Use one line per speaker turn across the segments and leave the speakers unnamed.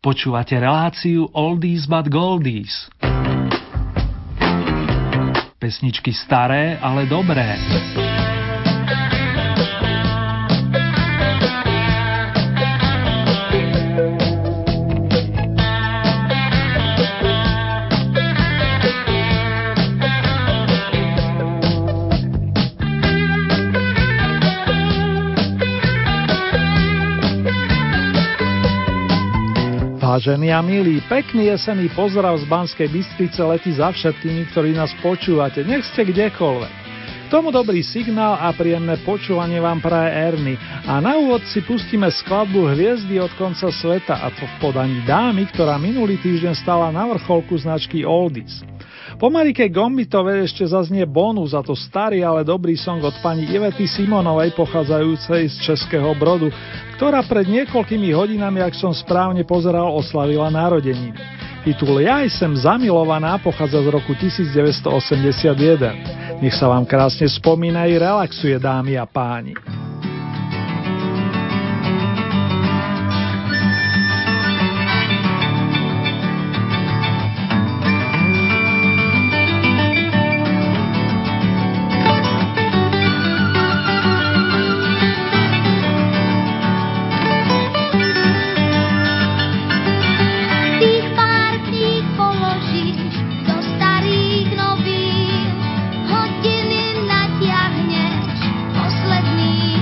Počúvate reláciu Oldies but Goldies. Pesničky staré, ale dobré.
Vážení a milí, pekný jesenný pozdrav z Banskej Bystrice letí za všetkými, ktorí nás počúvate, nech ste kdekoľvek. K tomu dobrý signál a príjemné počúvanie vám praje Erny a na úvod si pustíme skladbu Hviezdy od konca sveta, a to v podaní dámy, ktorá minulý týždeň stala na vrcholku značky Oldies. Po Marike Gombitovej ešte zaznie bonus, a to starý, ale dobrý song od pani Ivety Simonovej, pochádzajúcej z Českého Brodu, ktorá pred niekoľkými hodinami, ak som správne pozeral, oslavila narodeniny. Titul Ja som zamilovaná pochádza z roku 1981. Nech sa vám krásne spomína i relaxuje, dámy a páni.
Hodiny natiahneš, posledný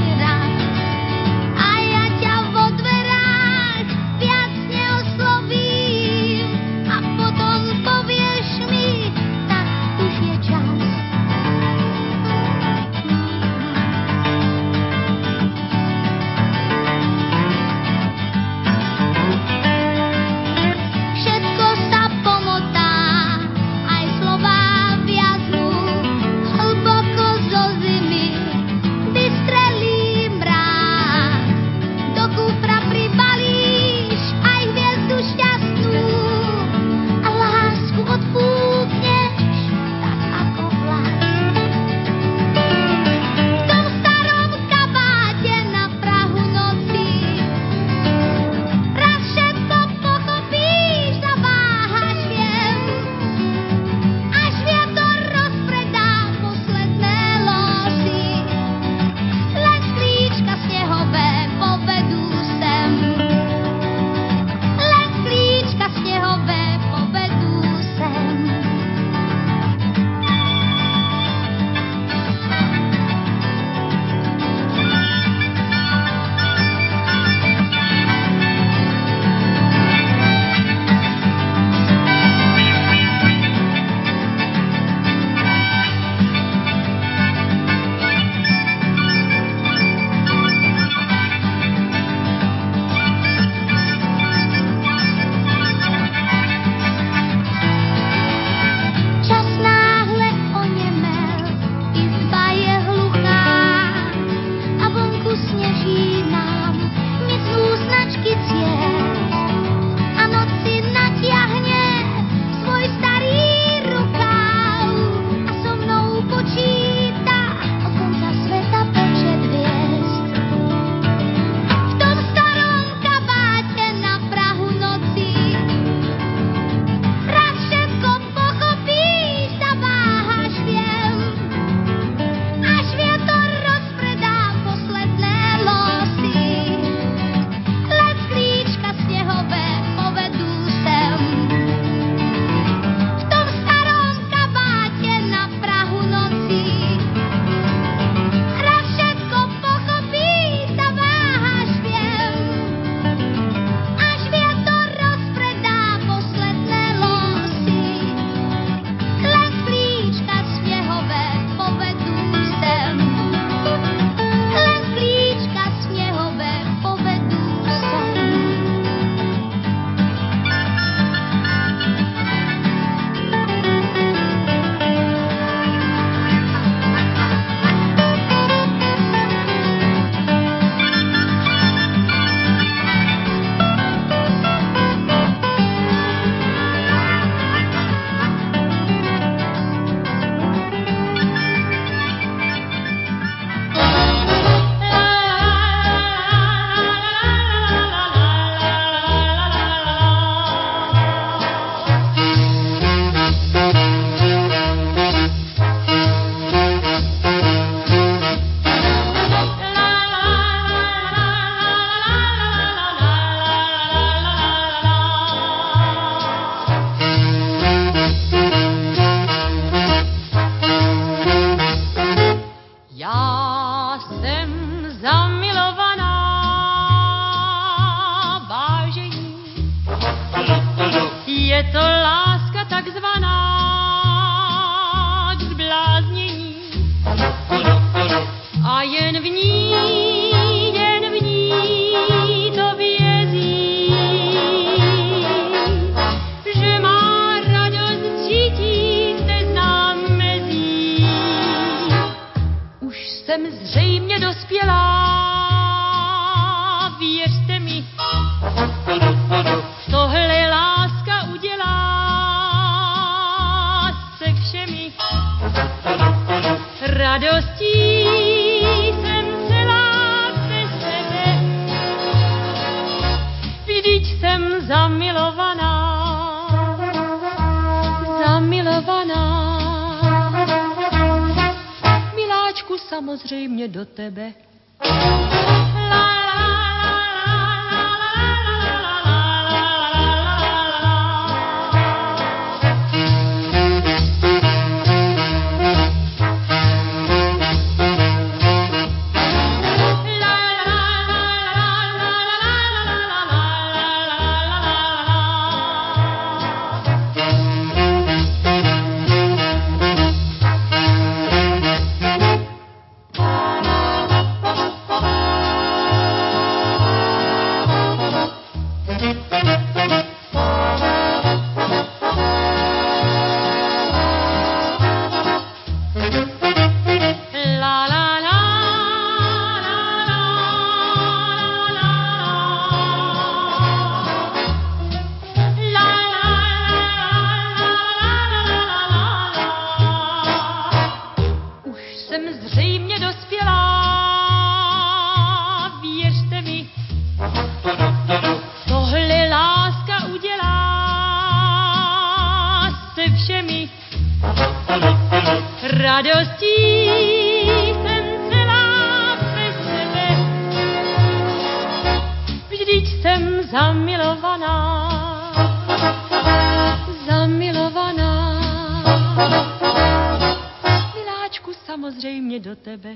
Je to láska takzvaná k zbláznění a jen v ní to vězí, že má radost cítí neznám mezí. Už jsem zřejmě dospělá, věřte mi, tohle láska udělá se všemi. Radostí jsem celá bez sebe, vždyť jsem zamilovaná, zamilovaná. Miláčku, samozřejmě do tebe. Radostí jsem celá bez sebe, vždyť jsem zamilovaná, zamilovaná. Miláčku, samozřejmě do tebe.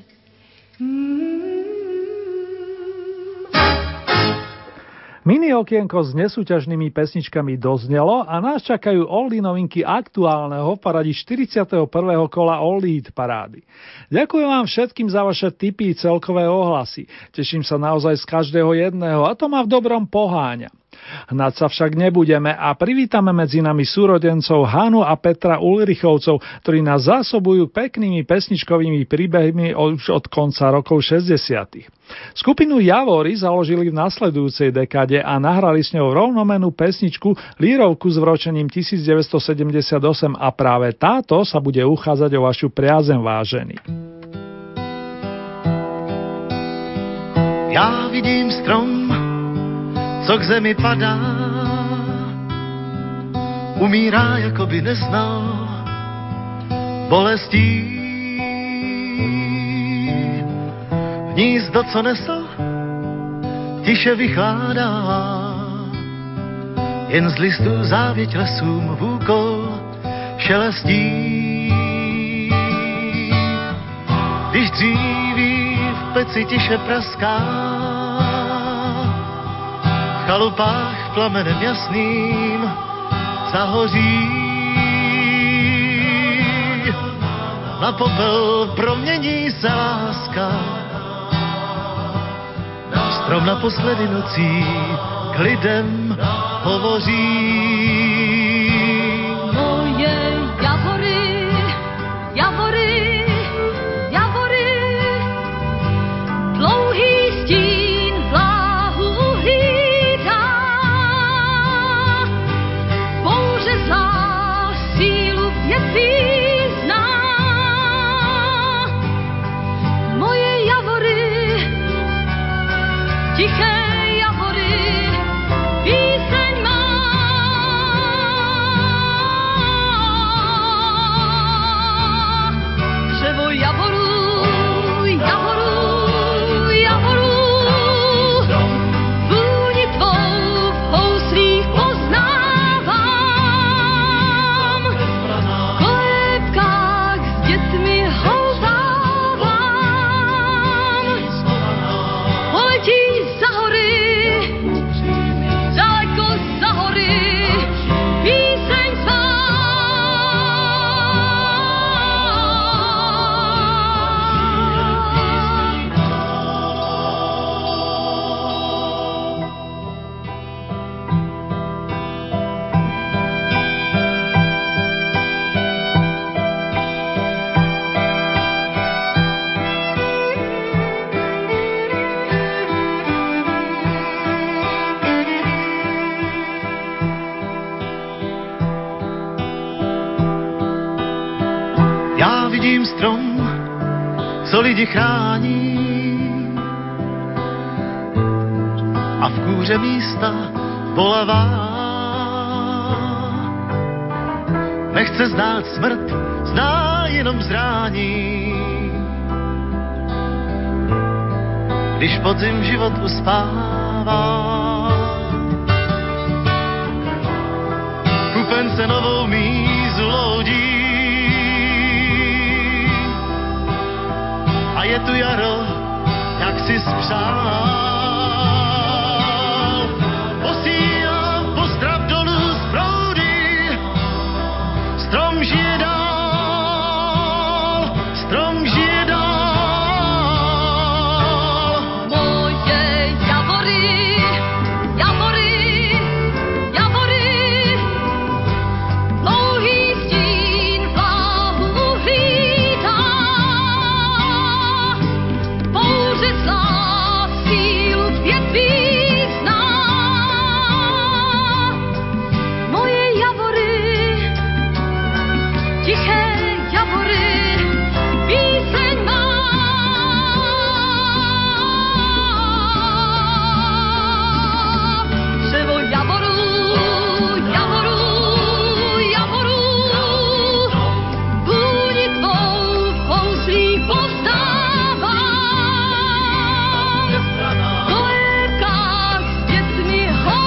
Mini okienko s nesúťažnými pesničkami doznelo a nás čakajú oldie novinky aktuálneho v paradí 41. kola Oldie parády. Ďakujem vám všetkým za vaše tipy i celkové ohlasy. Teším sa naozaj z každého jedného a to ma v dobrom poháňa. Hnať sa však nebudeme a privítame medzi nami súrodencov Hanu a Petra Ulrichovcov, ktorí nás zásobujú peknými pesničkovými príbehmi už od konca rokov 60. Skupinu Javory založili v nasledujúcej dekáde a nahrali s ňou rovnomennú pesničku Lírovku s vročením 1978 a práve táto sa bude uchádzať o vašu priazeň, vážení.
Já vidím strom, co k zemi padá, umírá, jako by neznal bolestí. Hnízdo, co nesl, tiše vychládá, jen z listů závěť lesům v úkol šelestí. Když dříví v peci tiše praská, v chalupách plamenem jasným zahoří. Na popel promění se láska, strom naposledy nocí k lidem hovoří.
Moje javory, javory, javory, dlouhý stín vláhu uhlídá, bouře zlá sílu věcí zná. Moje javory, tiché javory, píseň má
vidím strom, co lidi chrání a v kůře místa bolavá. Nechce znát smrt, zná jenom zrání. Když podzim život uspává, kupen se novou mízu lodí a je tu jaro, jak si spřál. Posílám pozdrav dolů z proudy, strom žije dál, strom žije dál.
Moje javory, javory, javory, dlouhý stín vláhu hlídá. Bouře zlá sílu větví zná. Moje javory, tiché javory, píseň má. Dřevo javorů, javorů, javorů, vůni tvou v kouslí poznávám. Do lékách s dětmi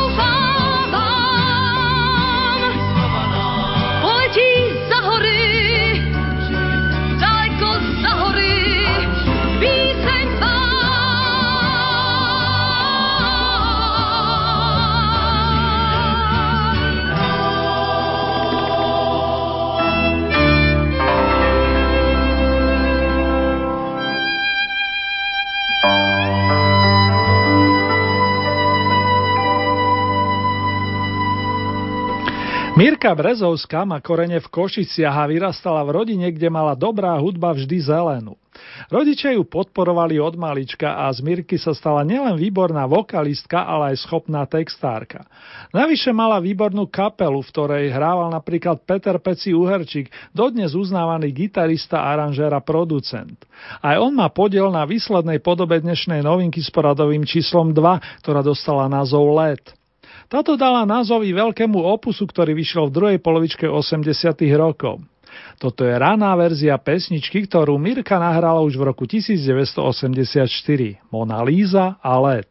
houvávám. Poletí za hory, daleko za hory, píseň má.
Mirka Brezovská má korene v Košiciach a vyrastala v rodine, kde mala dobrá hudba vždy zelenú. Rodičia ju podporovali od malička a z Mirky sa stala nielen výborná vokalistka, ale aj schopná textárka. Navyše mala výbornú kapelu, v ktorej hrával napríklad Peter Peci Uherčík, dodnes uznávaný gitarista, aranžér a producent. Aj on má podiel na výslednej podobe dnešnej novinky s poradovým číslom 2, ktorá dostala názov Let. Táto dala názov i veľkému opusu, ktorý vyšiel v druhej polovičke 80. rokov. Toto je raná verzia pesničky, ktorú Mirka nahrala už v roku 1984. Mona Lisa a Let.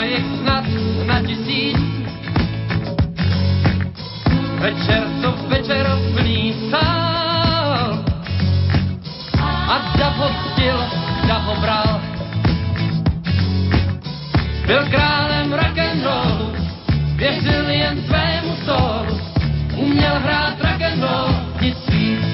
jich snad na 1000. Večer co večer plný sál a dav ho ctil, dav ho bral. Byl králem rock'n'rollu, věřil jen svému solu, uměl hrát rock'n'roll, nic víc.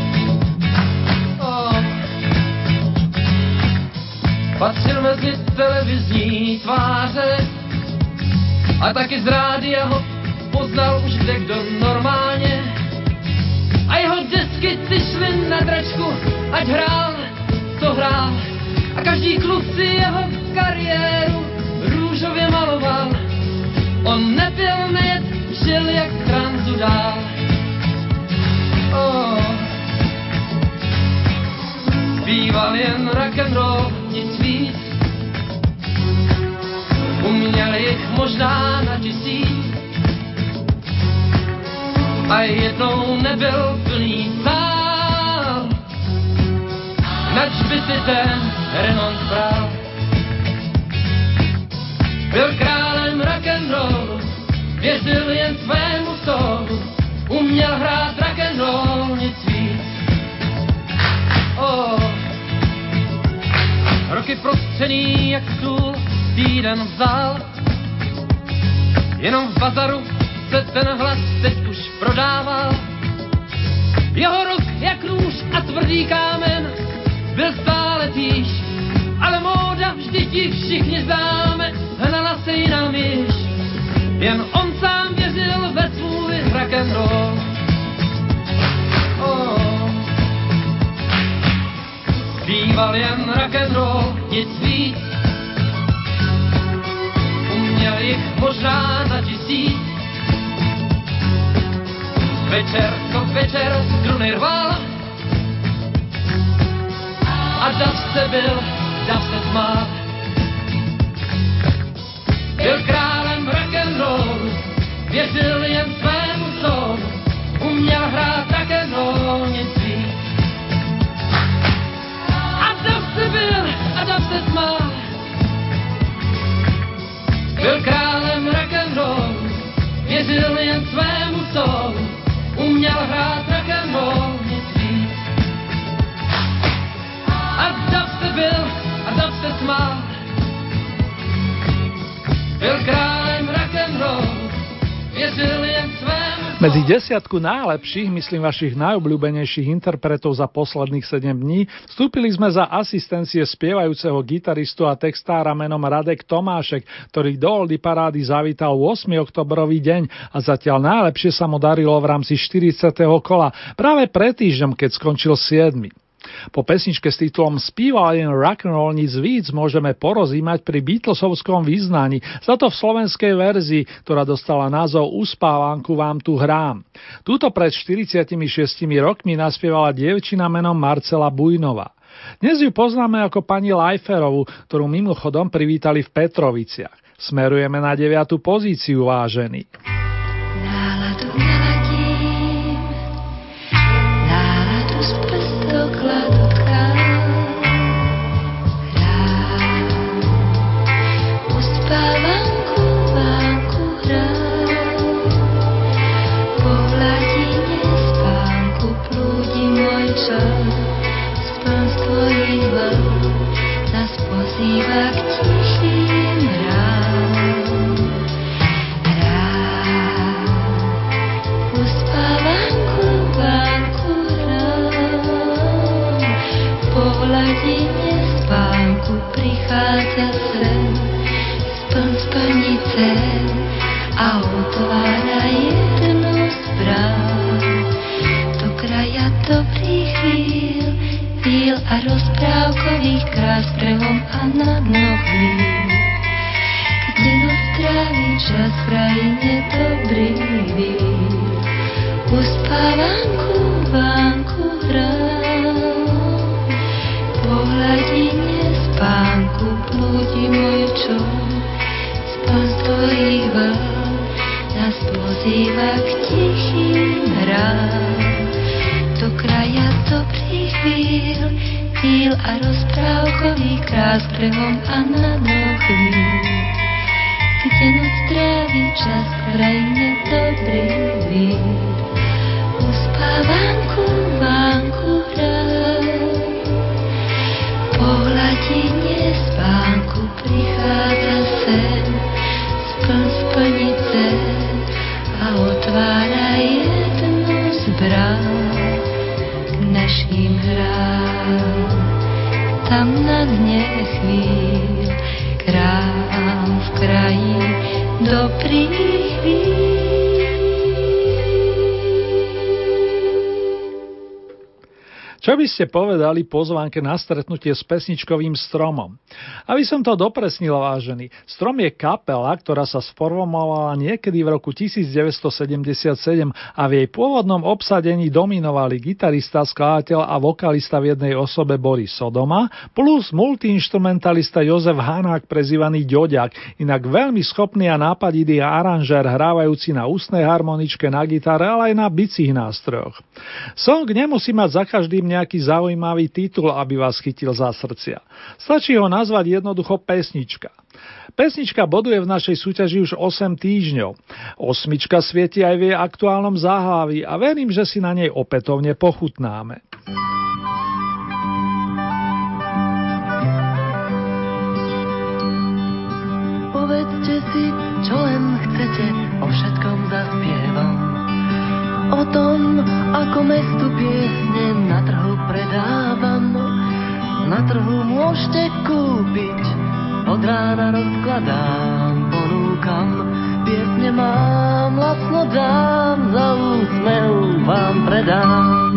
Patřil mezi televizní tváře a taky z rádia ho poznal už kdekdo normálně. A jeho desky si šly na dračku, ať hrál, co hrál. A každý kluk si jeho kariéru růžově maloval. On nepil, nejet, žil jak v tranzu dál. Zpíval jen rock'n'roll, nic víc. Uměl jich možná na 1000. A jednou nebyl plný sál, nač by si ten Renon bral. Byl králem rock'n'rollu, věřil jen svému solu, uměl hrát rock'n'roll, nic víc. Roky prostřený jak stůl, týden vzal, jenom v bazaru se ten hlas teď už prodával. Jeho ruk jak nůž a tvrdý kámen byl stále týž, ale móda vždyť ji všichni známe, hnala se jinam již. Jen on sám věřil ve svůj rock'n'roll. Zpíval jen rock'n'roll, nic víc. Uměl jich možná na 1000. Večer co večer struny rval a dav se byl, dav se smál. Byl králem rock'n'rollu, věřil jen svému solu, uměl hrát rock'n'roll, nic víc. A dav se byl, a dav se smál. Byl králem rock'n'rollu, věřil jen svému solu, uměl hrát rock'n'roll, nic víc. A dav se byl, a dav se smál. Byl králem rock'n'roll, věřil jen svému solu.
Medzi 10 najlepších, myslím vašich najobľúbenejších interpretov za posledných 7 dní, vstúpili sme za asistencie spievajúceho gitaristu a textára menom Radek Tomášek, ktorý do Oldy parády zavítal 8. oktobrový deň a zatiaľ najlepšie sa mu darilo v rámci 40. kola, práve pred týždňom, keď skončil 7. Po pesničke s titulom Spíval jen rock'n'roll, nic víc môžeme porozímať pri Beatlesovskom význaní, za to v slovenskej verzii, ktorá dostala názov Uspávanku vám tu hrám. Túto pred 46 rokmi naspievala dievčina menom Marcela Bujnová. Dnes ju poznáme ako pani Lajferovu, ktorú mimochodom privítali v Petroviciach. Smerujeme na 9. pozíciu, vážení.
Prichádza sem, splň splnice a otvára jednu z brán do kraja dobrých chvíľ a rozprávkových krás brehom a na dno chvíľ, kde noc tráví čas v krajine dobrých chvíľ. Uspávanku vánku hrám, po hladine spánku plúdi môj čom, spán z tvojich vln nás pozýva k tichým hrám do kraja dobrých chvíľ a rozprávkových krás brehom a na dno chvíľ, kde noc trávi čas v krajine dobrých vín. Uspávanku vánku hrám, po hladine spánku prichádza sen, splniť sen a otvára jednu z brán k našim hrám. Tam na dne chvíľ krám v kraji dobrých vín.
Čo by ste povedali pozvánke na stretnutie s pesničkovým stromom? Aby som to dopresnil, vážený, strom je kapela, ktorá sa sformovala niekedy v roku 1977 a v jej pôvodnom obsadení dominovali gitarista, skladateľ a vokalista v jednej osobe Boris Sodoma plus multiinstrumentalista Jozef Hanák prezývaný Ďoďak, inak veľmi schopný a nápaditý aranžér hrávajúci na ústnej harmoničke, na gitare, ale aj na bicích nástrojoch. Song nemusí mať za každým nejaký zaujímavý titul, aby vás chytil za srdcia. Stačí ho nazvať jednoducho pesnička. Pesnička boduje v našej súťaži už 8 týždňov. Osmička svieti aj v jej aktuálnom záhlaví a verím, že si na nej opätovne pochutnáme.
Povedzte si, čo len chcete, o všetkom zaspievam. O tom, ako mestu piesne na trhu predávam. Na trhu môžete kúpiť, od rána rozkladám, ponúkam. Piesne mám, lacno dám, za úsmev vám predám.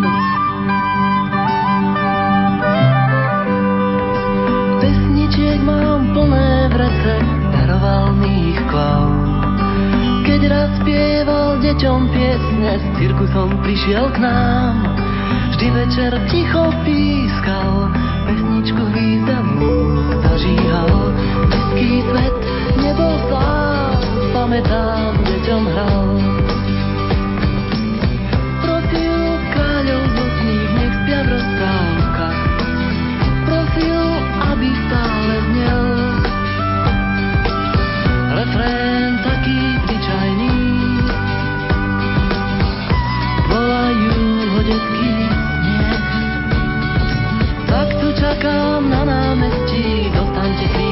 Pesničiek mám plné vrece, daroval mi ich klav. Keď raz spieval deťom piesne, s cirkusom prišiel k nám. Vždy večer ticho pískal, pesničku významnú zažíhal. Český svet nebol sám, pamätám, deťom hral. Prosil kráľov zlotných, nech spia v rozprávkach. Prosil, aby stále znel refrén taký zvyčajný, volajú ho detský smiech. Tak tu čakám na námestí, dostaňte chvíľu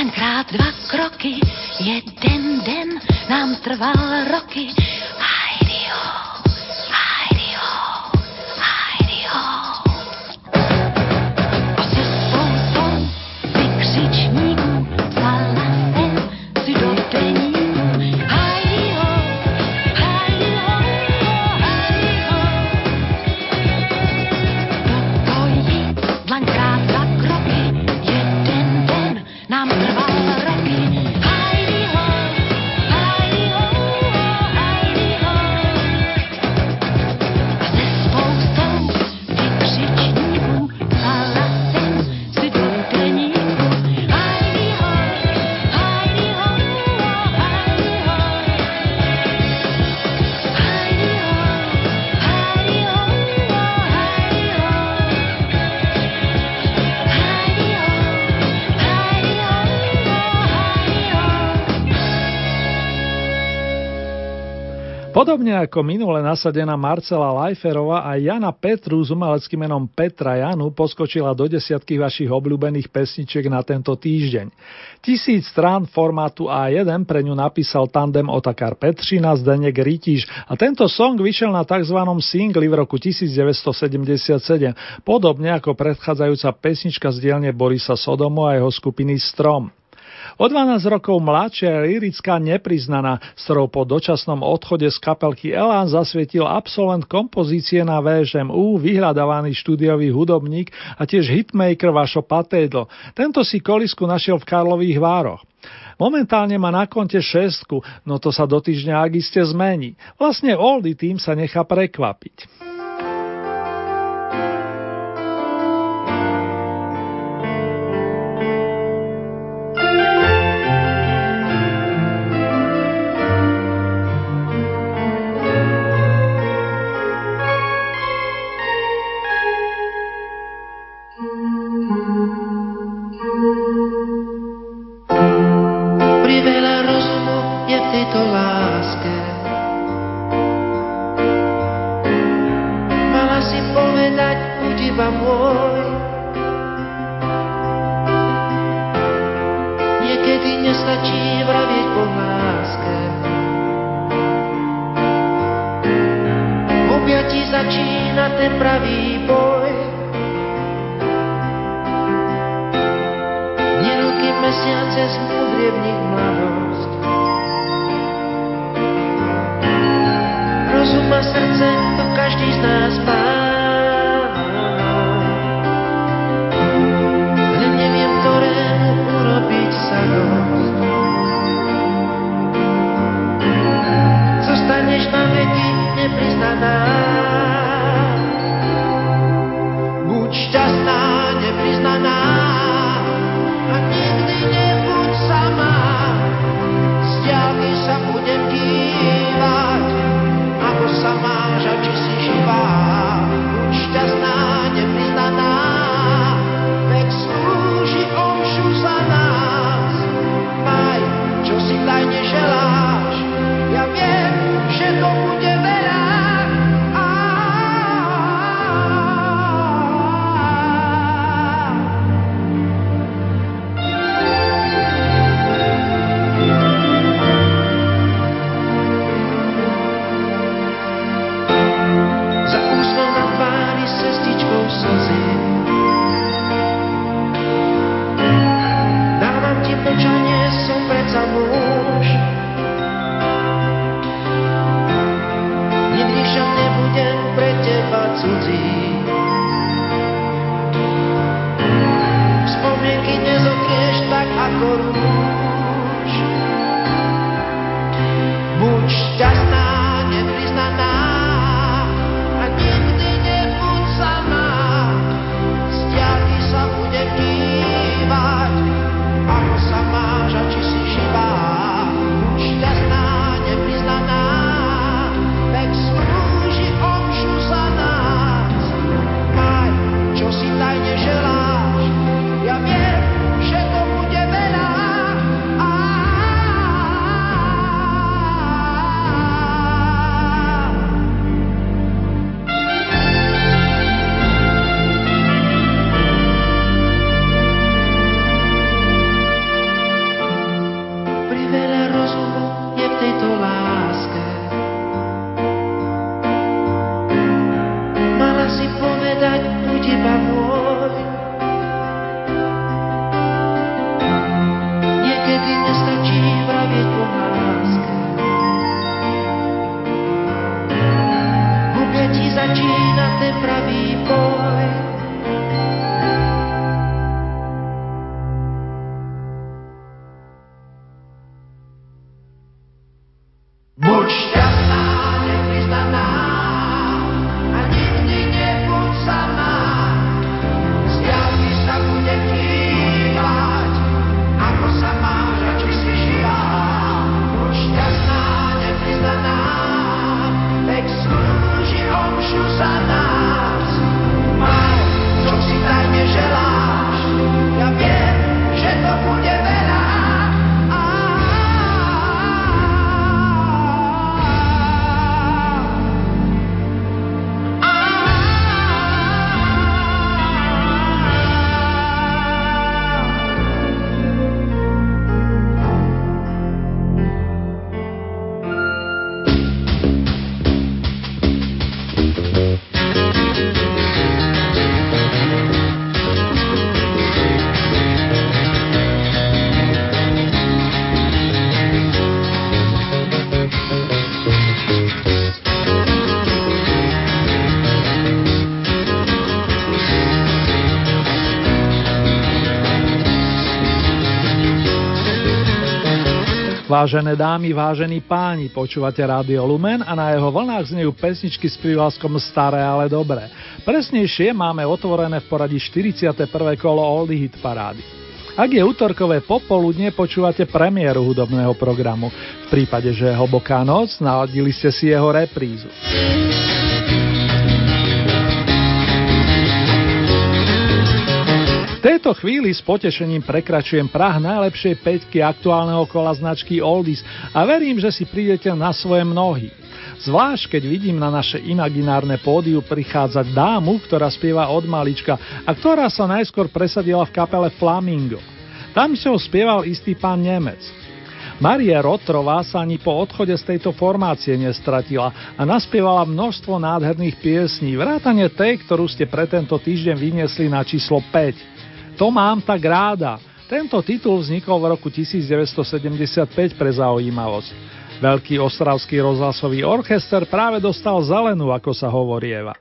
dvakrát 2 kroky, jeden den nám trval roky. Hajdy-ho, hajdy-ho, hajdy-ho. A se spoustou vykřičníků vzala jsem si do deníku. Hajdy-ho, hajdy-ho, hajdy-ho. Do jí dvakrát 2 kroky, jeden den nám trval roky. Hajdy-ho, hajdy-ho, hajdy-ho. A se spoustou vykřičníků vzala jsem si do deníku. Hajdy-ho, hajdy-ho, hajdy-ho. Hajdy-ho, hajdy-ho,
Podobne ako minule nasadená Marcela Lajferová, aj Jana Petru s umeleckým menom Petra Janu poskočila do desiatky vašich obľúbených pesničiek na tento týždeň. 1000 strán formátu A1 pre ňu napísal tandem Otakar Petřina Zdeněk Rytíš a tento song vyšiel na tzv. Singli v roku 1977, podobne ako predchádzajúca pesnička z dielne Borisa Sodomu a jeho skupiny Strom. O 12 rokov mladšia je lyrická Nepriznaná, s ktorou po dočasnom odchode z kapelky Elán zasvietil absolvent kompozície na VŠMU, vyhľadávaný štúdiový hudobník a tiež hitmaker Vašo Patédl. Tento si kolisku našiel v Karlových Vároch. Momentálne má na konte 6, no to sa do týždňa ak iste zmení. Vlastne Oldie tým sa nechá prekvapiť.
Nepriznaná a nikdy nebuď sama.
Vážené dámy, vážení páni, počúvate Rádio Lumen a na jeho vlnách znejú pesničky s prívlaskom Staré, ale dobré. Presnejšie máme otvorené v poradí 41. kolo Oldie Hit parády. Ak je utorkové popoludne, počúvate premiéru hudobného programu. V prípade, že je hlboká noc, naladili ste si jeho reprízu. V tejto chvíli s potešením prekračujem prah najlepšej päťky aktuálneho kola značky Oldies a verím, že si prídete na svoje mnohy. Zvlášť, keď vidím na naše imaginárne pódiu prichádzať dámu, ktorá spieva od malička a ktorá sa najskôr presadila v kapele Flamingo. Tam sa ho spieval istý pán Nemec. Maria Rotrová sa ani po odchode z tejto formácie nestratila a naspievala množstvo nádherných piesní, vrátane tej, ktorú ste pre tento týždeň vyniesli na číslo 5. To mám tak ráda. Tento titul vznikol v roku 1975 pre zaujímavosť. Veľký ostravský rozhlasový orchester práve dostal zelenú, ako sa hovorieva.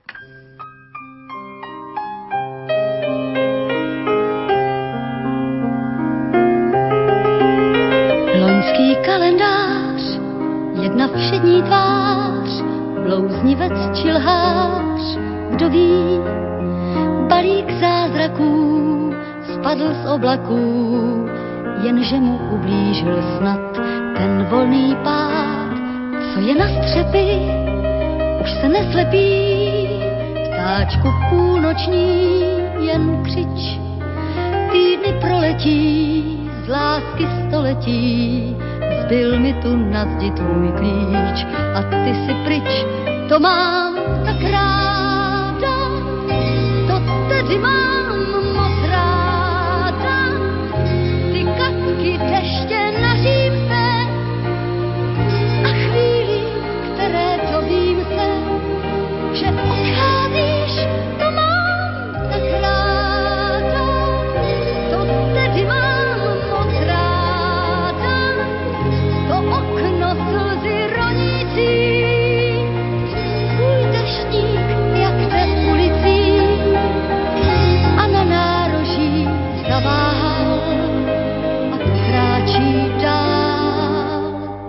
Loňský kalendář, jedna všední tvář, blouznivec či lhář, kdo ví, balík zázraků spadl z oblaků, jenže mu ublížil snad ten volný pád. Co je na střepy, už se neslepí, ptáčku půlnoční jen křič. Týdny proletí, z lásky století, zbyl mi tu na zdi tvůj klíč a ty si pryč. To mám tak ráda, to tedy mám moc ráda. Ty kapky deště na římse a chvíli, které dovím se, že odcházíš, to mám tak ráda. To tedy mám moc ráda, to okno slzy ronící, tvůj deštník, jak jde ulicí a na nároží zaváhal a kráčí dál.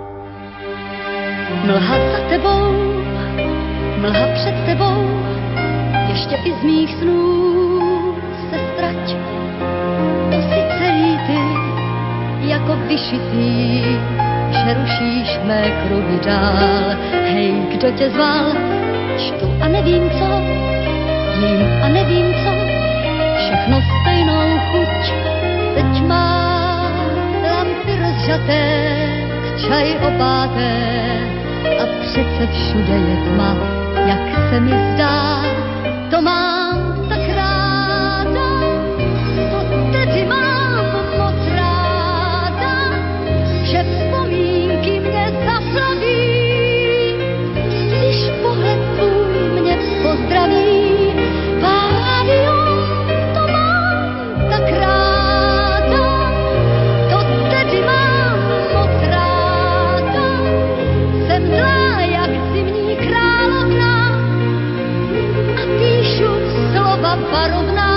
Mlha za tebou, mlha před tebou, ještě i z mých snů se ztrať. To si celý ty, jako vyšitý, že rušíš mé kruhy dál. Hej, kdo tě zval? Čtu a nevím co, jím a nevím co, všechno stejnou chuť. Teď má lampy rozžaté, čaj opáté a přece všude je tma, jak se mi zdá. To mám tak ráda, to tedy mám moc ráda, že vzpomínky mě zaplaví, když pohled tvůj mě pozdraví. Pádio, to mám tak ráda, to tedy mám moc ráda. Jsem zlá jak zimní královna a píšu slova varovná,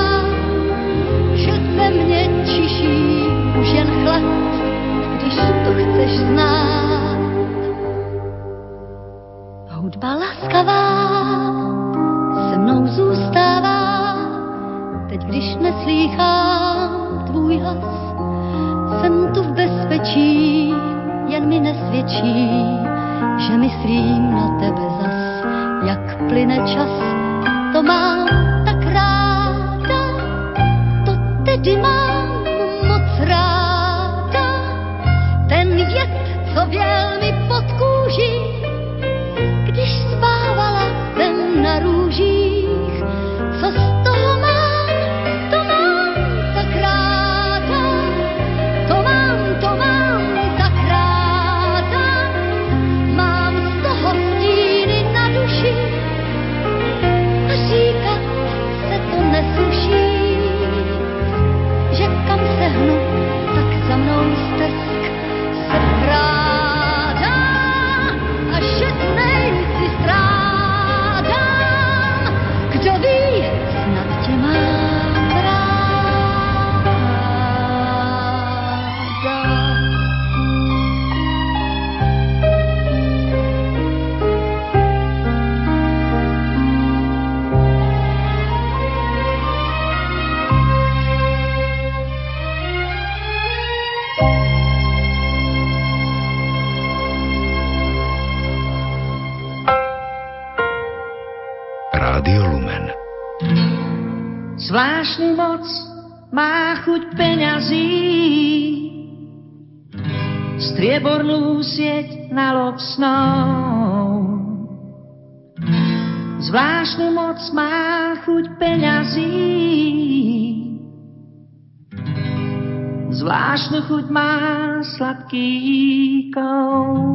že ze mě čiší už jen chlad, když to chceš znát. Hudba laskavá se mnou zůstává, teď když neslýchám tvůj hlas, jsem tu v bezpečí, jen mi nesvědčí, že myslím na tebe zas, jak plyne čas. To mám tak ráda, to tedy mám moc ráda. Ten jed, co věl mi pod kůži, když spávala jsem na růžích. Co z toho mám, to mám tak ráda, to mám tak ráda. Mám z toho stíny na duši a říkat
Zvláštnu moc má chuť peňazí, striebornú sieť na lov snov. Zvláštnu moc má chuť peňazí, zvláštnu chuť má sladkýkov.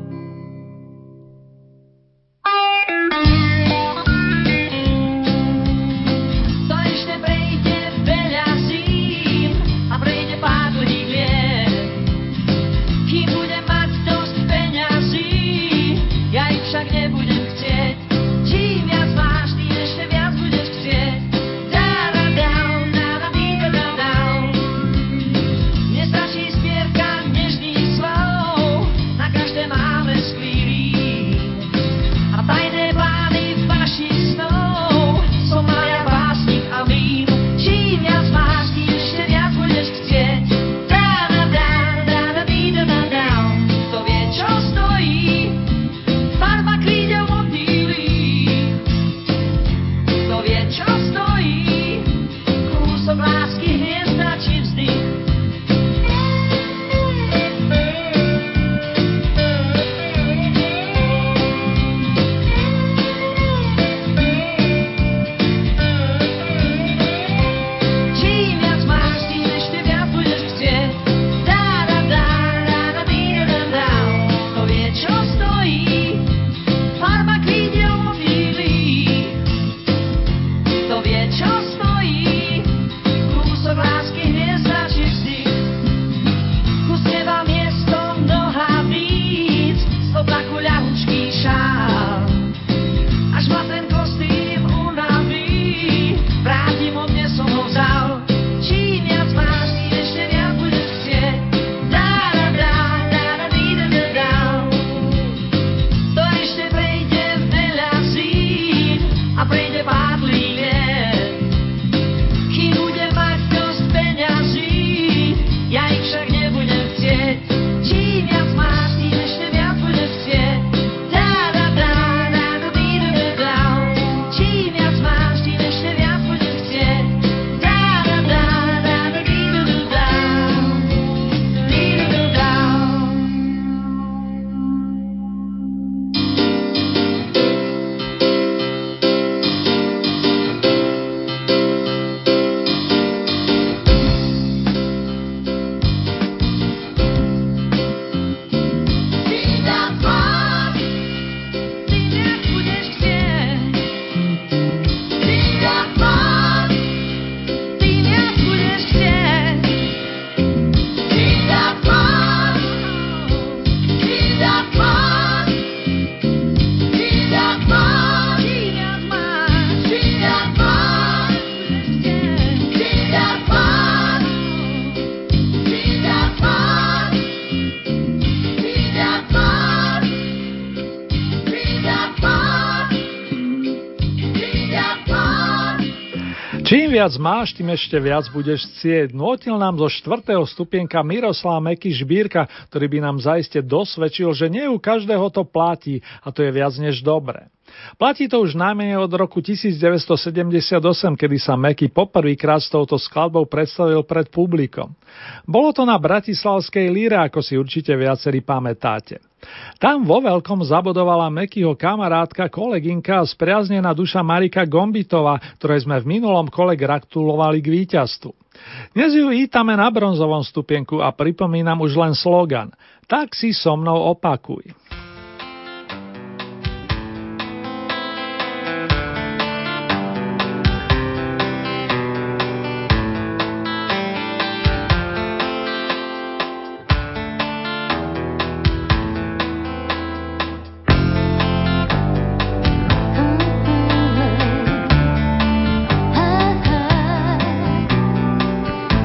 Čím viac máš, tým ešte viac budeš chcieť. Nútil nám zo 4. stupienka Miroslav Meky Žbírka, ktorý by nám zaiste dosvedčil, že nie u každého to platí a to je viac než dobre. Platí to už najmenej od roku 1978, kedy sa Meky poprvýkrát s touto skladbou predstavil pred publikom. Bolo to na bratislavskej Líre, ako si určite viacerí pamätáte. Tam vo veľkom zabodovala Mekyho kamarátka, kolegynka a spriaznená duša Marika Gombitová, ktorej sme v minulom kole gratulovali k víťazstvu. Dnes ju vítame na bronzovom stupienku a pripomínam už len slogan: Tak si so mnou opakuj.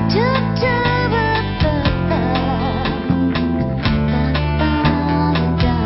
Da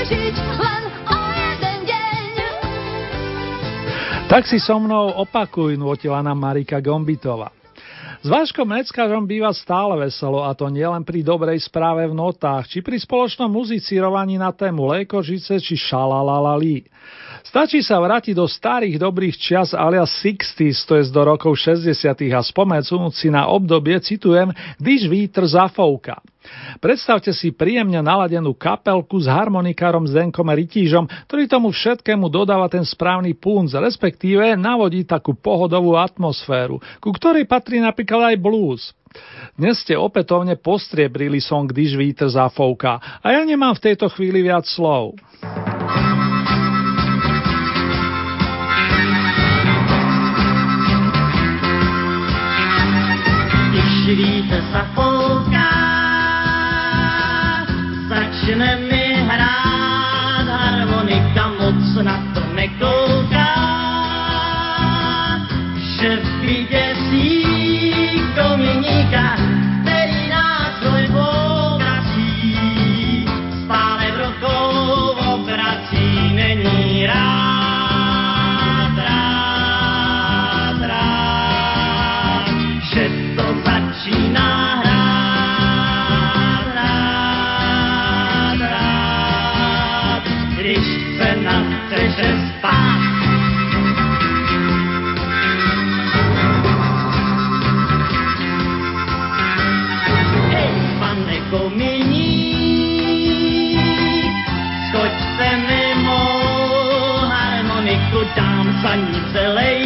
žiť len o jeden deň.
Tak si so mnou opakuj, nôtila nám Marika Gombitová. S Váškom Neckářom býva stále veselo, a to nielen pri dobrej správe v notách, či pri spoločnom muzicírovaní na tému Lékožice či Šalalalali. Stačí sa vrátiť do starých dobrých čias alias 60s, to je do rokov 60. a spomenúť si na obdobie, citujem, když vítr zafouká. Predstavte si príjemne naladenú kapelku s harmonikárom Zdenkom Rytížom, ktorý tomu všetkému dodáva ten správny punc, respektíve navodí takú pohodovú atmosféru, ku ktorej patrí napríklad aj blues. Dnes ste opätovne postriebrili song Když vítr zafouká a ja nemám v tejto chvíli viac slov.
Když vítr zafouká, začne mi hrát harmonika, moc na to nekouká, že vyděsí kominíka, který nás svoj obrací, stále v rukou obrací, není rád, že to začíná hrát, když se nachce spát. Hej, pane kominík, skočte mimo harmoniku, dám za ní celej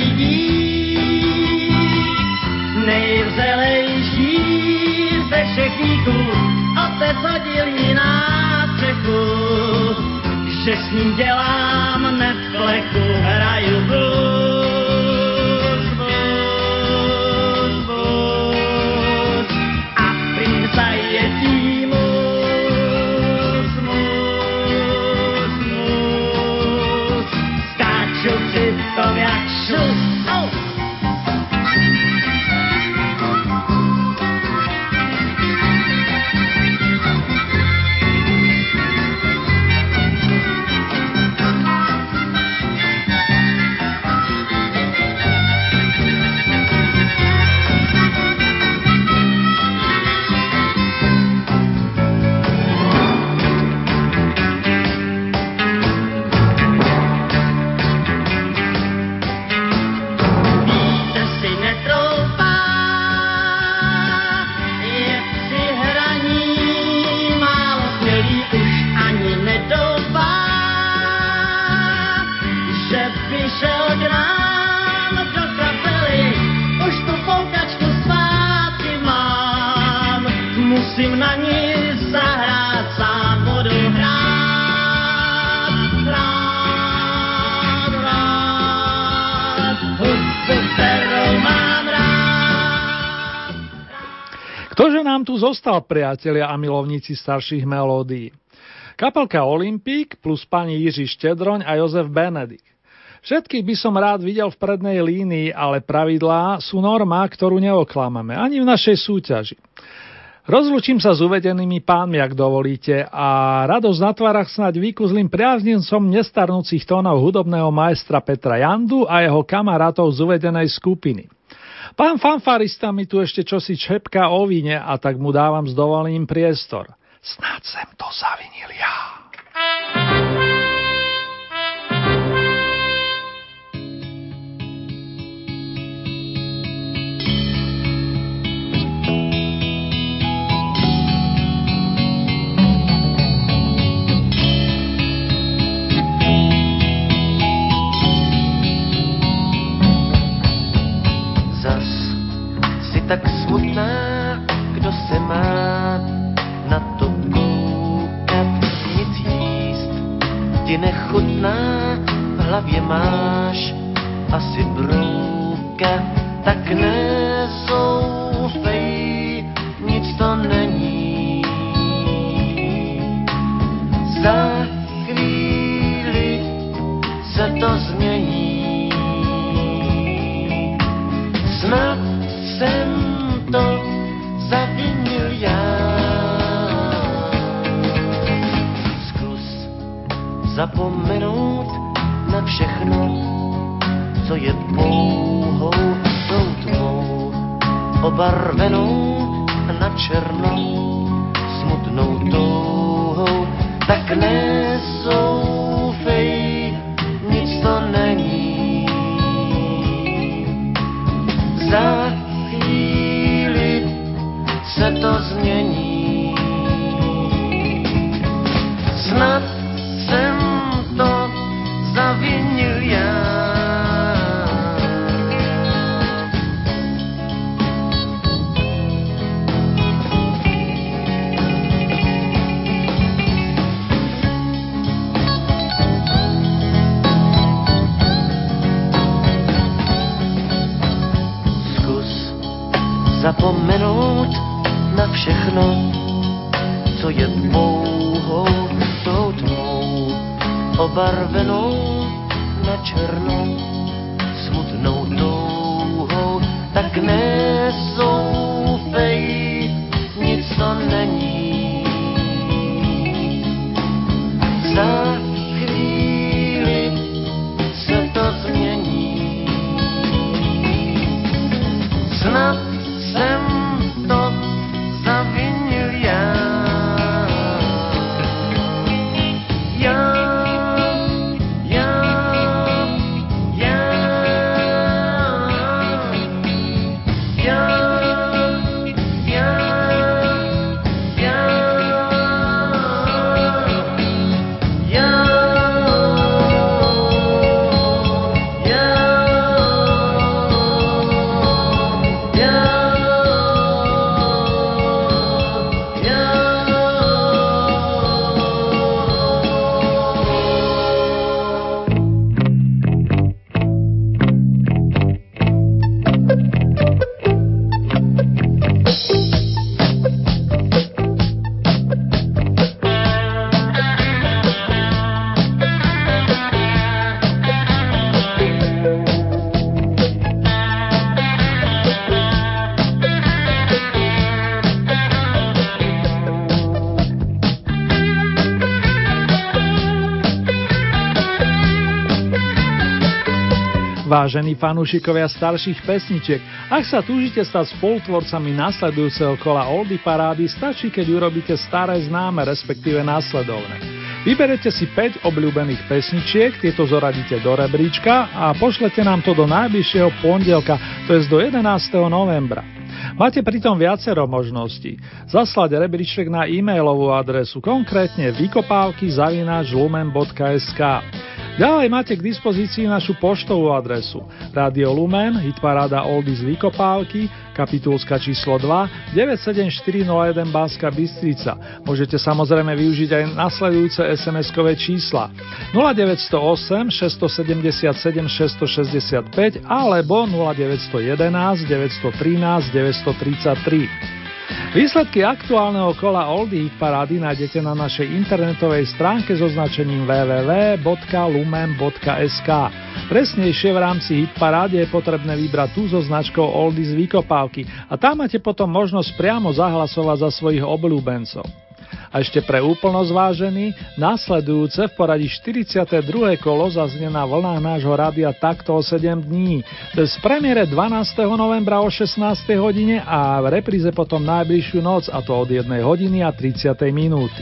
dík, nejvřelejší ze všech díků, otec hodil ji na střechu, že s ním dělám nefleku, hraju blues, blues, blues a prým zajetí mus, mus, mus, skáču přitom jak šus, oh! Musím na ní zahrát, sám budu hrát, hudbu, kterou mám rád.
Ktože nám tu zostal, priatelia a milovníci starších melódií? Kapelka Olympik plus pani Jiří Štedroň a Jozef Benedikt. Všetkých by som rád videl v prednej línii, ale pravidlá sú norma, ktorú neoklamame ani v našej súťaži. Rozlučím sa s uvedenými pánmi, ak dovolíte, a radosť na tvárach snáď vykuzlím priaznencom nestarnúcich tónov hudobného majstra Petra Jandu a jeho kamarátov z uvedenej skupiny. Pán fanfarista mi tu ešte čosi čepká o víne, a tak mu dávam s dovolením priestor. Snáď sem to zavinil ja.
Tak smutná, kdo se má na to koukat, nic jíst ti nechutná, v hlavě máš asi brouka, tak nezoufej, nic to není. Za chvíli se to změní, snad jsem to zavinil já. Zkus zapomenout na všechno, co je pouhou tou tmou, obarvenou na černo, smutnou touhou, tak nezoufej, nic to není. Za chvíli se to změní. Snad jsem to zavinil já. Zapomenout na všechno, co je pouhou tou tmou, obarvenou na černo, smutnou touhou, tak nezoufej, nic to není. Za chvíli se to změní. Snad jsem to zavinil já.
Vážení fanúšikovia starších pesničiek, ak sa túžite stať spolutvorcami nasledujúceho kola Oldie parády, stačí, keď urobíte staré známe, respektíve následovné. Vyberete si 5 obľúbených pesničiek, tieto zoradíte do rebríčka a pošlete nám to do najbližšieho pondelka, to je do 11. novembra. Máte pritom viacero možností. Zaslať rebríček na e-mailovú adresu, konkrétne vykopávky@lumen.sk. Ďalej máte k dispozícii našu poštovú adresu Radio Lumen, hitparáda Oldies Vykopávky, Kapitulska číslo 2, 97401 Banská Bystrica. Môžete samozrejme využiť aj nasledujúce SMS-kové čísla 0908 677 665 alebo 0911 913 933. Výsledky aktuálneho kola Oldie Hit parády nájdete na našej internetovej stránke so značením www.lumen.sk. Presnejšie v rámci Hit parády je potrebné vybrať tú so značkou Oldies Vykopávky a tam máte potom možnosť priamo zahlasovať za svojich obľúbencov. A ešte pre úplnosť vážený, nasledujúce v poradí 42. kolo zaznie na vlnách nášho rádia takto o 7 dní. To je z premiére 12. novembra o 16. hodine a v repríze potom najbližšiu noc, a to od 1 hodiny a 30. minúty.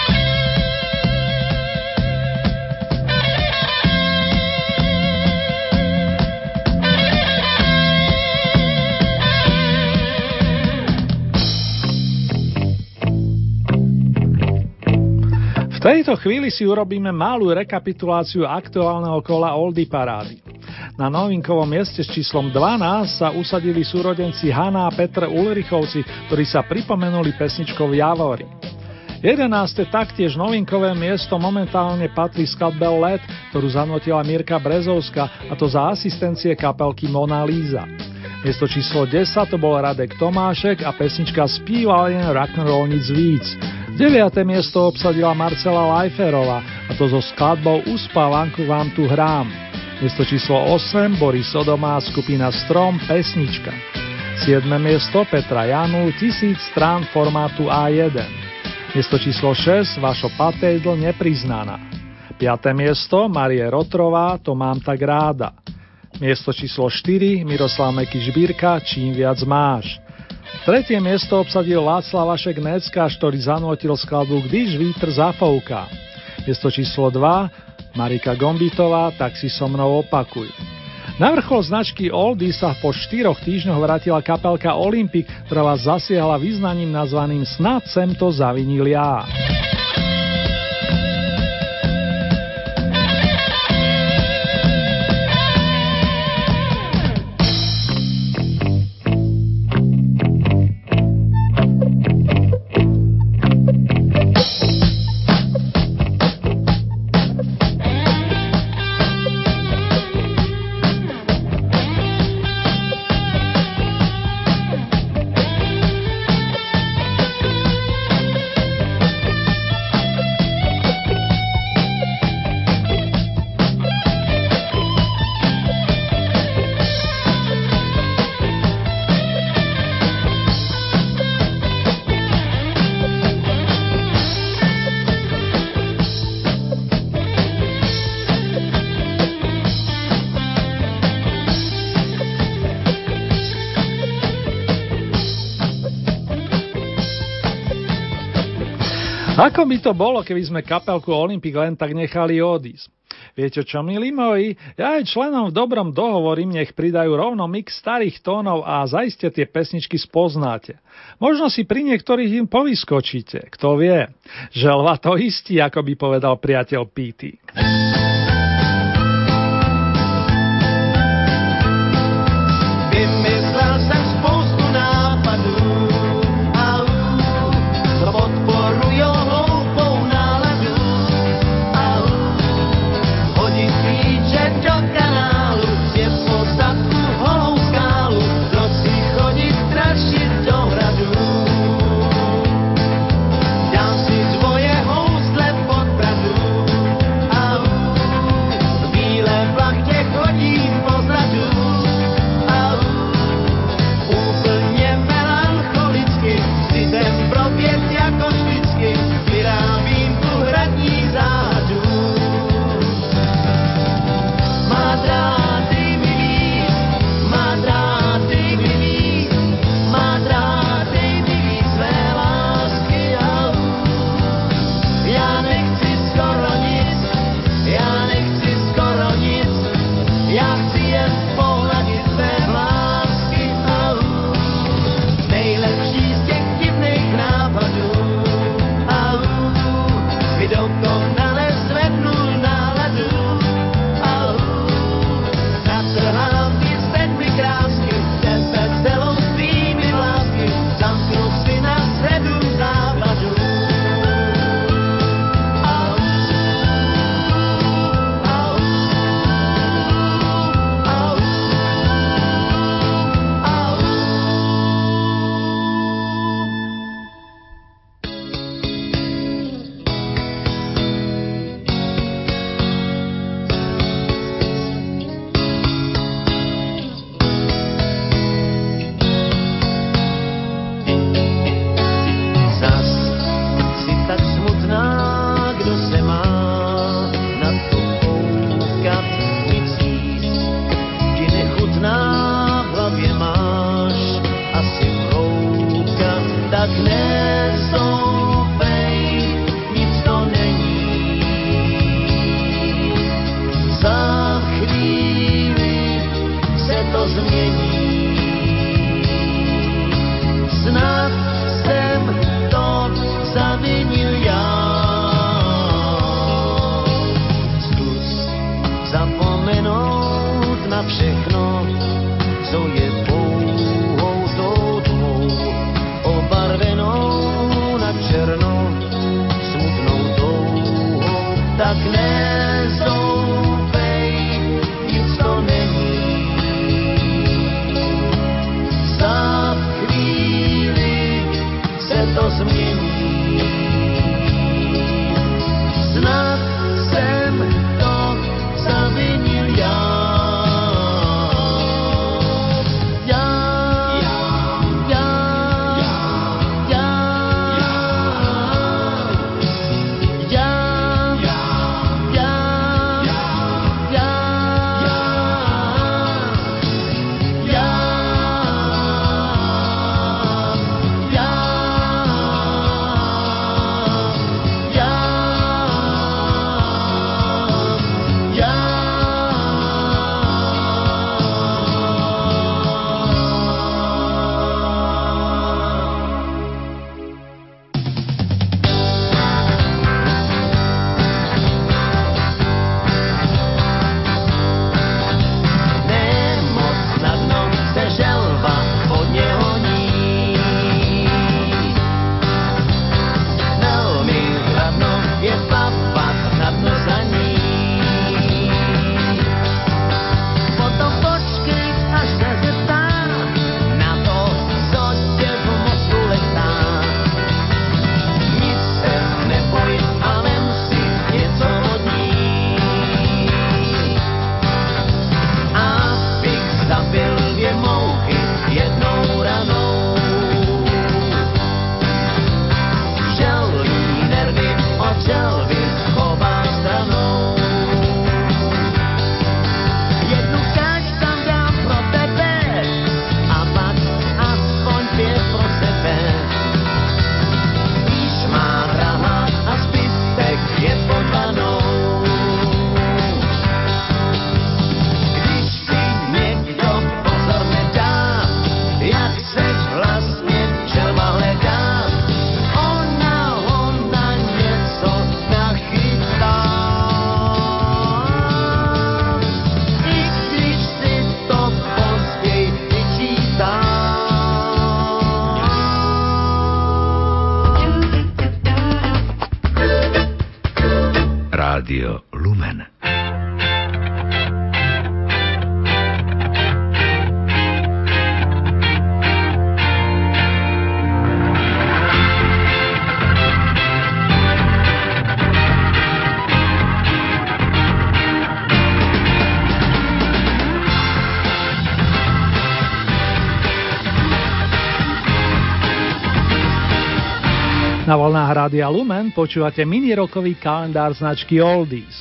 V tejto chvíli si urobíme malú rekapituláciu aktuálneho kola Oldie parády. Na novinkovom mieste s číslom 12 sa usadili súrodenci Hanna a Petr Ulrichovci, ktorí sa pripomenuli pesničkou Javory. 11. taktiež novinkové miesto momentálne patrí skladbe Let, ktorú zanotila Mirka Brezovská, a to za asistencie kapelky Mona Lisa. Miesto číslo 10 to bol Radek Tomášek a pesnička Spíval jen rock'n'roll nic víc. 9. miesto obsadila Marcela Lajferová, a to so skladbou Uspávanku vám tu hrám. Miesto číslo 8 Boris Odomá, skupina Strom, pesnička. 7. miesto Petra Janu, 1000 strán formátu A1. Miesto číslo 6 Vašo Patejdl, Nepriznaná. 5. miesto Marie Rotrová, To mám tak ráda. Miesto číslo 4 Miroslav Mekyš Birka, Čím viac máš. 3. miesto obsadil Václav Vašek Neckáš, ktorý zanútil skladbu Když vítr zafouká. Miesto číslo 2 Marika Gombitová, Tak si so mnou opakuj. Na vrchol značky Oldies sa po 4 týždňoch vrátila kapelka Olympic, ktorá vás zasiahla význaním nazvaným Snad sem to zavinil ja. Ako by to bolo, keby sme kapelku Olympic len tak nechali odísť? Viete čo, milí moji? Ja aj členom v dobrom dohovorím, nech pridajú rovno mix starých tónov a zaiste tie pesničky spoznáte. Možno si pri niektorých im povyskočíte, kto vie. Želva to istí, ako by povedal priateľ Pity.
Vymyslel jsem spoustu nápadů a podporujou hloupou náladu a hodit klíče do kanálu, je posadku holou skálu, nocí chodit strašit do hradu. Dám si dvoje housle pod bradu a v bílé plachtě chodím po zradu. Vyrábím tu hradní zádu. Má dráty mi víc, má dráty mi víc, má dráty mi víc své lásky. Já nechci skoro nic, já nechci skoro nic, já chci jen pohladit své vlásky. Nejlepší z těch divných nápadů, dokonale zvednul náladu. Natrhám ti s tenmi krásky, tebe celou svými vlásky, zamknu si na středu západu.
Rádio Lumen.
Na vlnách Rádia Lumen počúvate mini-rokový kalendár značky Oldies.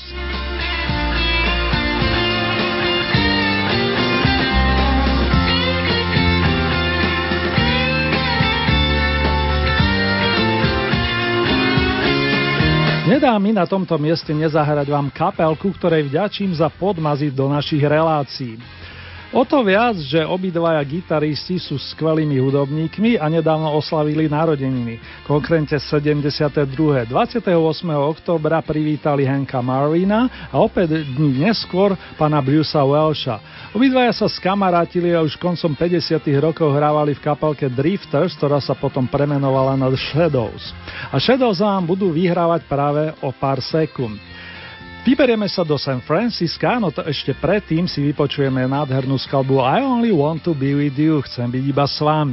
Nedá mi na tomto mieste nezahrať vám kapelku, ktorej vďačím za podmazy do našich relácií. O to viac, že obidvaja gitaristi sú skvelými hudobníkmi a nedávno oslavili narodeniny. Konkrétne 72. 28. októbra privítali Hanka Marvina a opäť dní neskôr pána Brucea Welsha. Obidvaja sa skamarátili a už koncom 50. rokov hrávali v kapelke Drifters, ktorá sa potom premenovala na The Shadows. A Shadows vám budú vyhrávať práve o pár sekúnd. Vyberieme sa do San Francisca, no to ešte predtým si vypočujeme nádhernú skladbu I Only Want to Be With You, chcem byť iba s vámi.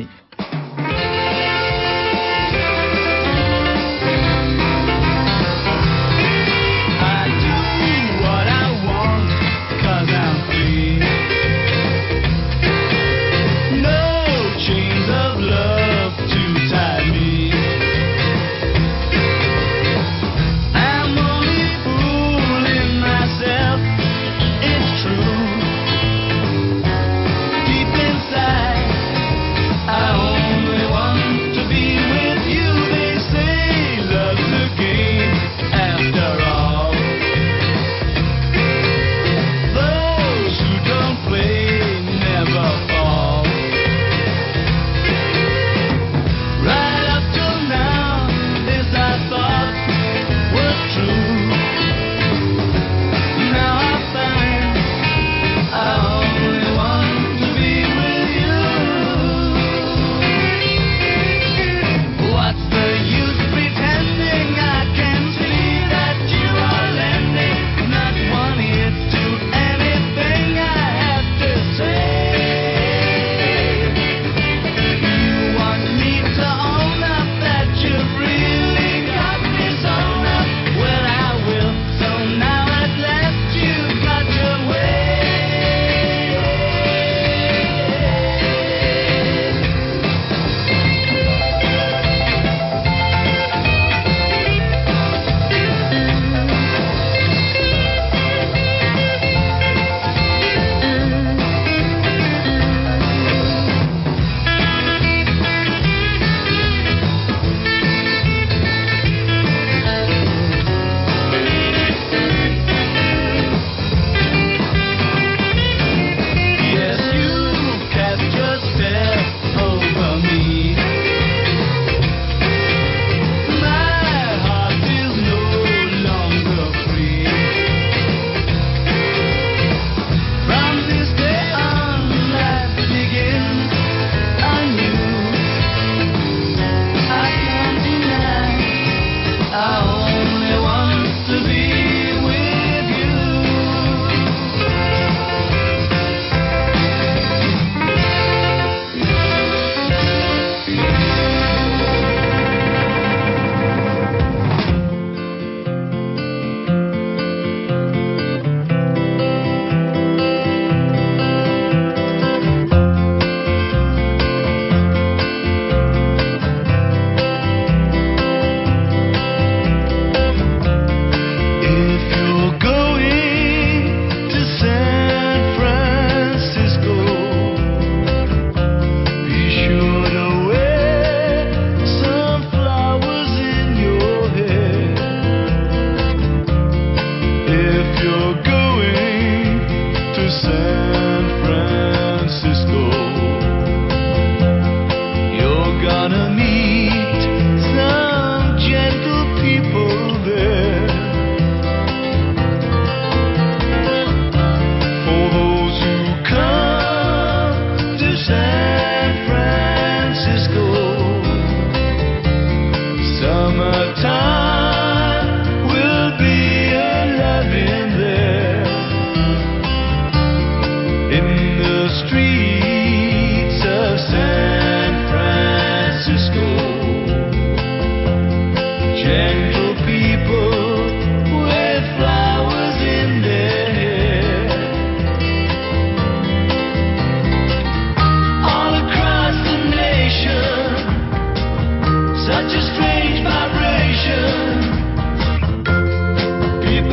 I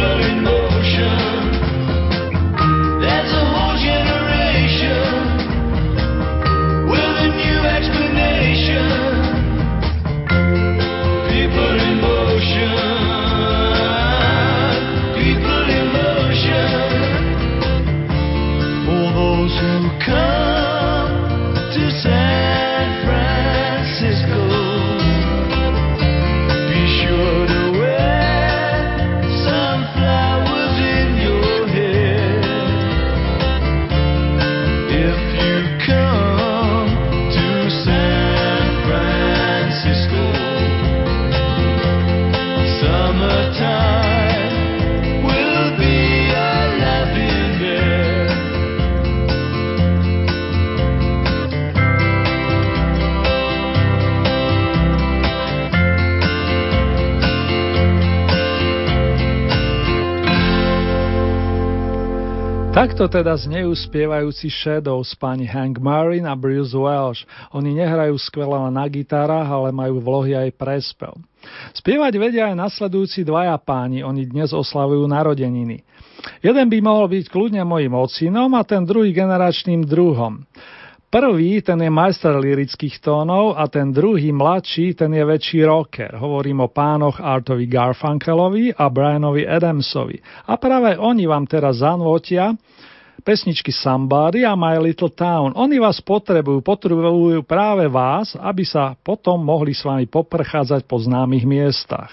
Takto teda znejú spievajúci Shadows, páni Hank Marvin a Bruce Welch. Oni nehrajú skvele na gitarách, ale majú vlohy aj prespev. Spievať vedia aj nasledujúci dvaja páni, oni dnes oslavujú narodeniny. Jeden by mohol byť kľudne mojím ocinom a ten druhý generačným druhom. Prvý, ten je majster lyrických tónov a ten druhý, mladší, ten je väčší rocker. Hovorím o pánoch Artovi Garfunkelovi a Brianovi Adamsovi. A práve oni vám teraz zanvotia pesničky Somebody a My Little Town. Oni vás potrebujú práve vás, aby sa potom mohli s vami poprechádzať po známych miestach.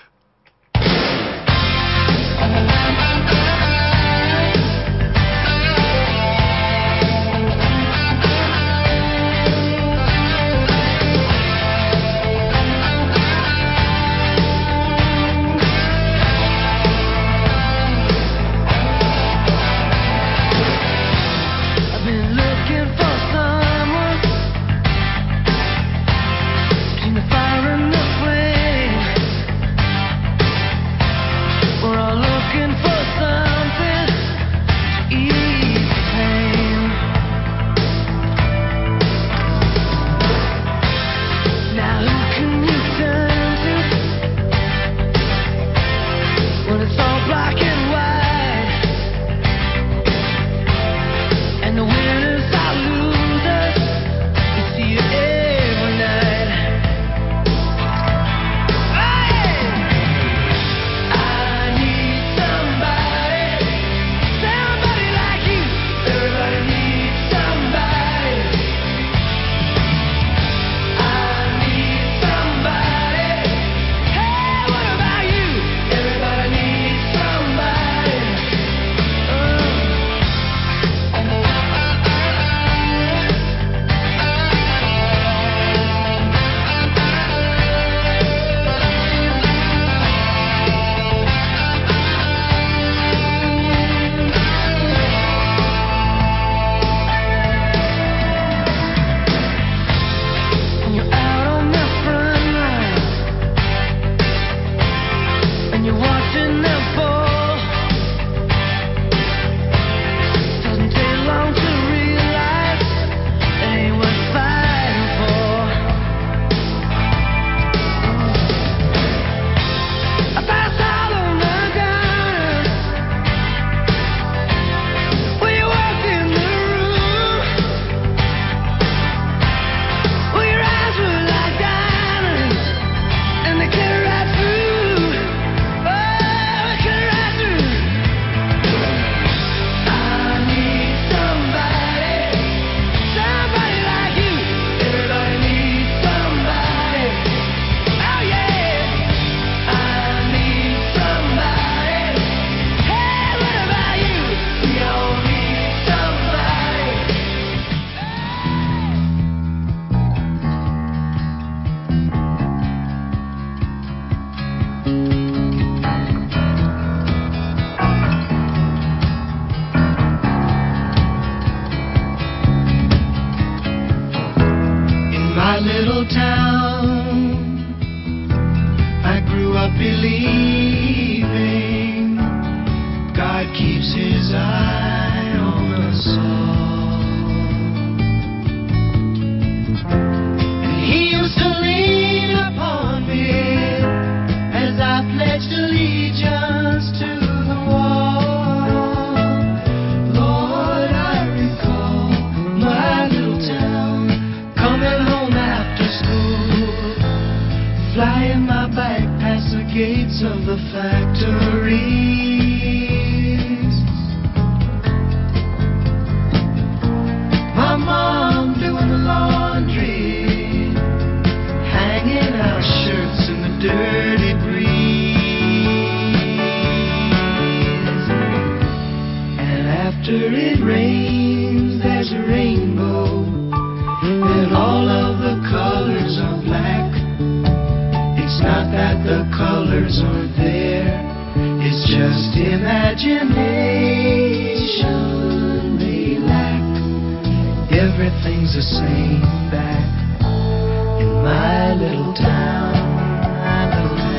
Allegiance to the war. After it rains, there's a rainbow, and all of the colors are black. It's not that the colors aren't there, it's just imagination they lack. Everything's the same back in my little town, my little town.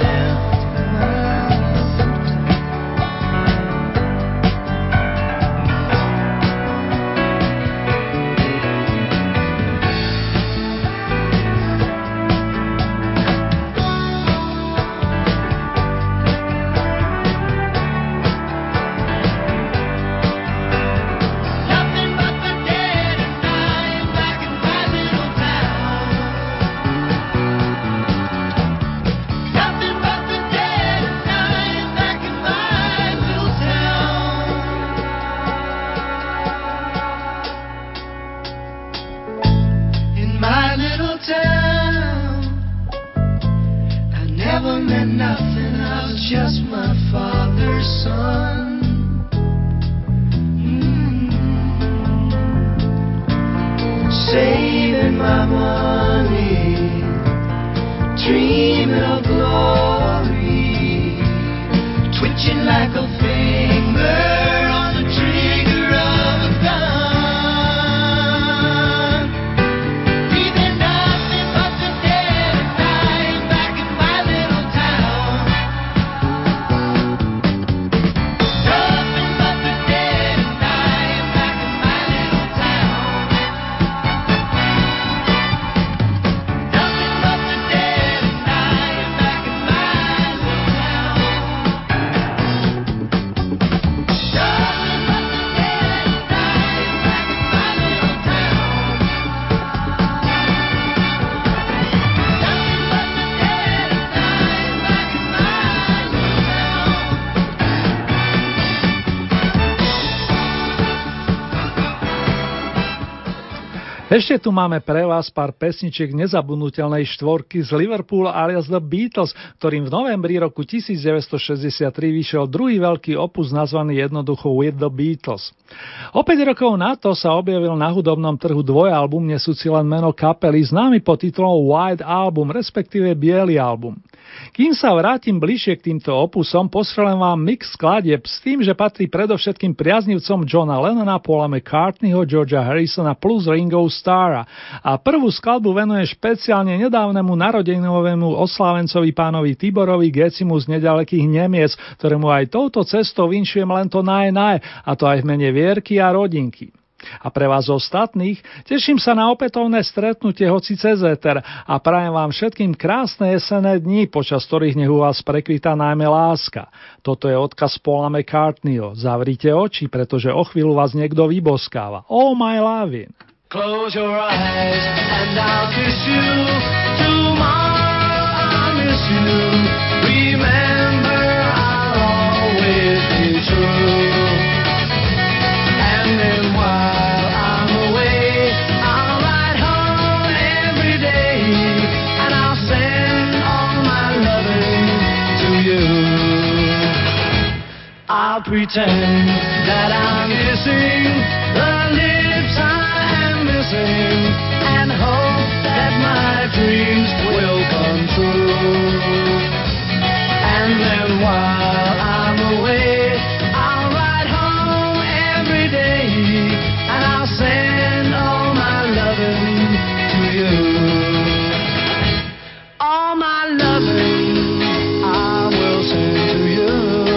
Ešte tu máme pre vás pár pesničiek nezabudnutelnej štvorky z Liverpoolu alias The Beatles, ktorým v novembri roku 1963 vyšiel druhý veľký opus nazvaný jednoducho With the Beatles. O 5 rokov na to sa objavil na hudobnom trhu dvojalbum nesúci len meno kapely, známy pod titulom White Album, respektíve Biely album. Kým sa vrátim bližšie k týmto opusom, postrelem vám mix skladieb s tým, že patrí predovšetkým priaznivcom Johna Lennona, Paula McCartneyho, Georgea Harrisona plus Ringo Starra. A prvú skladbu venujem špeciálne nedávnemu narodeninovému oslávencovi pánovi Tiborovi Gecimu z nedalekých Nemiec, ktorému aj touto cestou vinšujem len to naj, a to aj v mene Vierky a rodinky. A pre vás ostatných teším sa na opätovné stretnutie hoci cez éter a prajem vám všetkým krásne jesenné dni, počas ktorých nech u vás prekvitá najmä láska. Toto je odkaz Paula McCartneyho. Zavrite oči, pretože o chvíľu vás niekto vyboskáva. Oh my lovin'.
Close your eyes and I'll kiss you. Tomorrow I'll miss you. Remember I'll always be true. And then while I'm away, I'll ride home every day, and I'll send all my loving to you. I'll pretend that I'm kissing the lips I am missing, and hope that my dreams will come true. And then while I'm away, I'll ride home every day, and I'll send all my loving to you. All my loving I will send to you.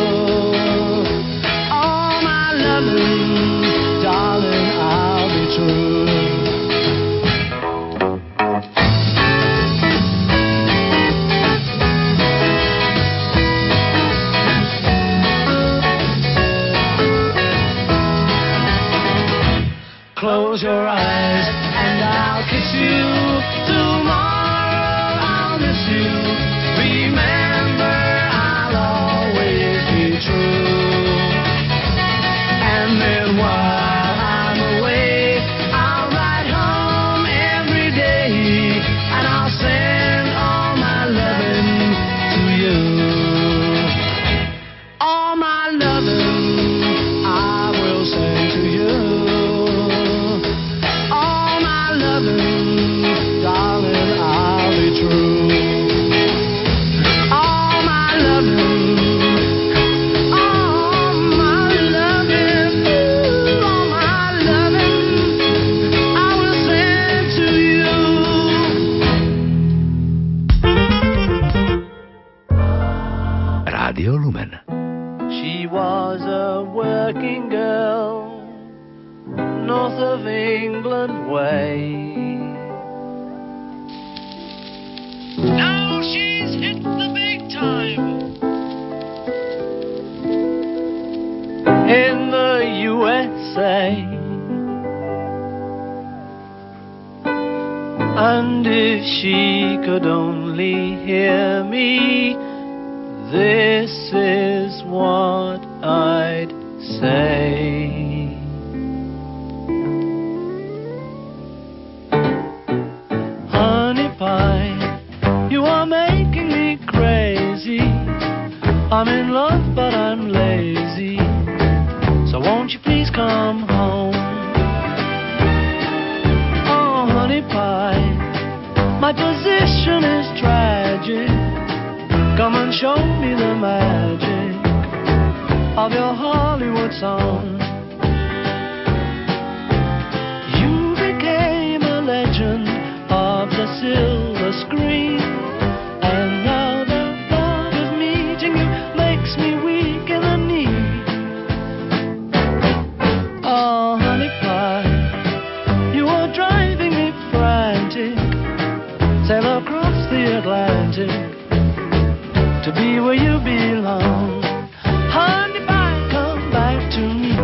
All my loving, darling, I'll be true. Close your eyes and I'll kiss you. Tomorrow I'll miss you. Remember I'll always be true. And then while I'm away, I'll ride home every day, and I'll send all my loving to you. All my loving I will send to you. working girl, north of England way. Now she's hit the big time in the USA. And if she could only hear me, this is what I'd say. Honey pie, you are making me crazy. I'm in love but I'm lazy, so won't you please come home? Oh honey pie, my position is tragic. Come and show me the magic of your Hollywood song. You became a legend of the silver screen, and now the thought of meeting you makes me weak in the knee. Oh honey pie, you are driving me frantic. Sail across the Atlantic to be where you belong. Honey pie, come back to me.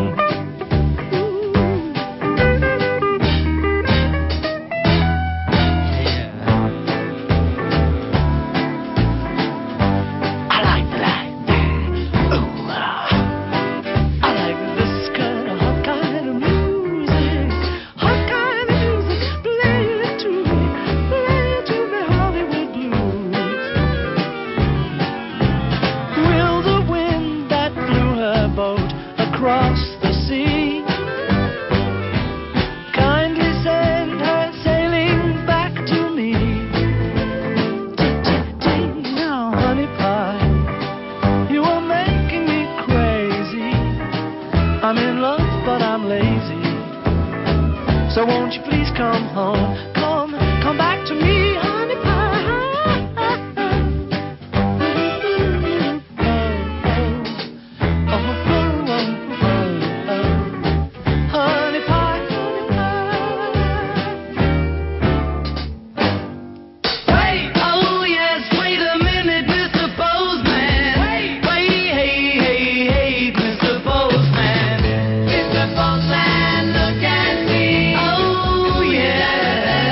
I like that. Ooh, I like this kind of hot kind of music. Hot kind of music. Play it to me. Play it to me, Hollywood blues. Will the wind that blew her boat across the sea kindly send her sailing back to me? Now, honey pie, you are making me crazy. I'm in love, but I'm lazy. So won't you please come home? Come back to me, honey pie. Honey pie, honey pie. Wait, oh yes, wait a minute, Mr. Postman. Wait, hey, Mr. Postman. Mr. Postman, look at me. Oh yeah.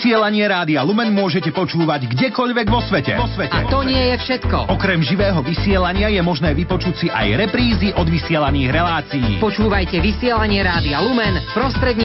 Vysielanie Rádia Lumen môžete počúvať kdekoľvek vo svete.
A to nie je všetko.
Okrem živého vysielania je možné vypočuť si aj reprízy od vysielaných relácií.
Počúvajte vysielanie Rádia Lumen prostredníctvom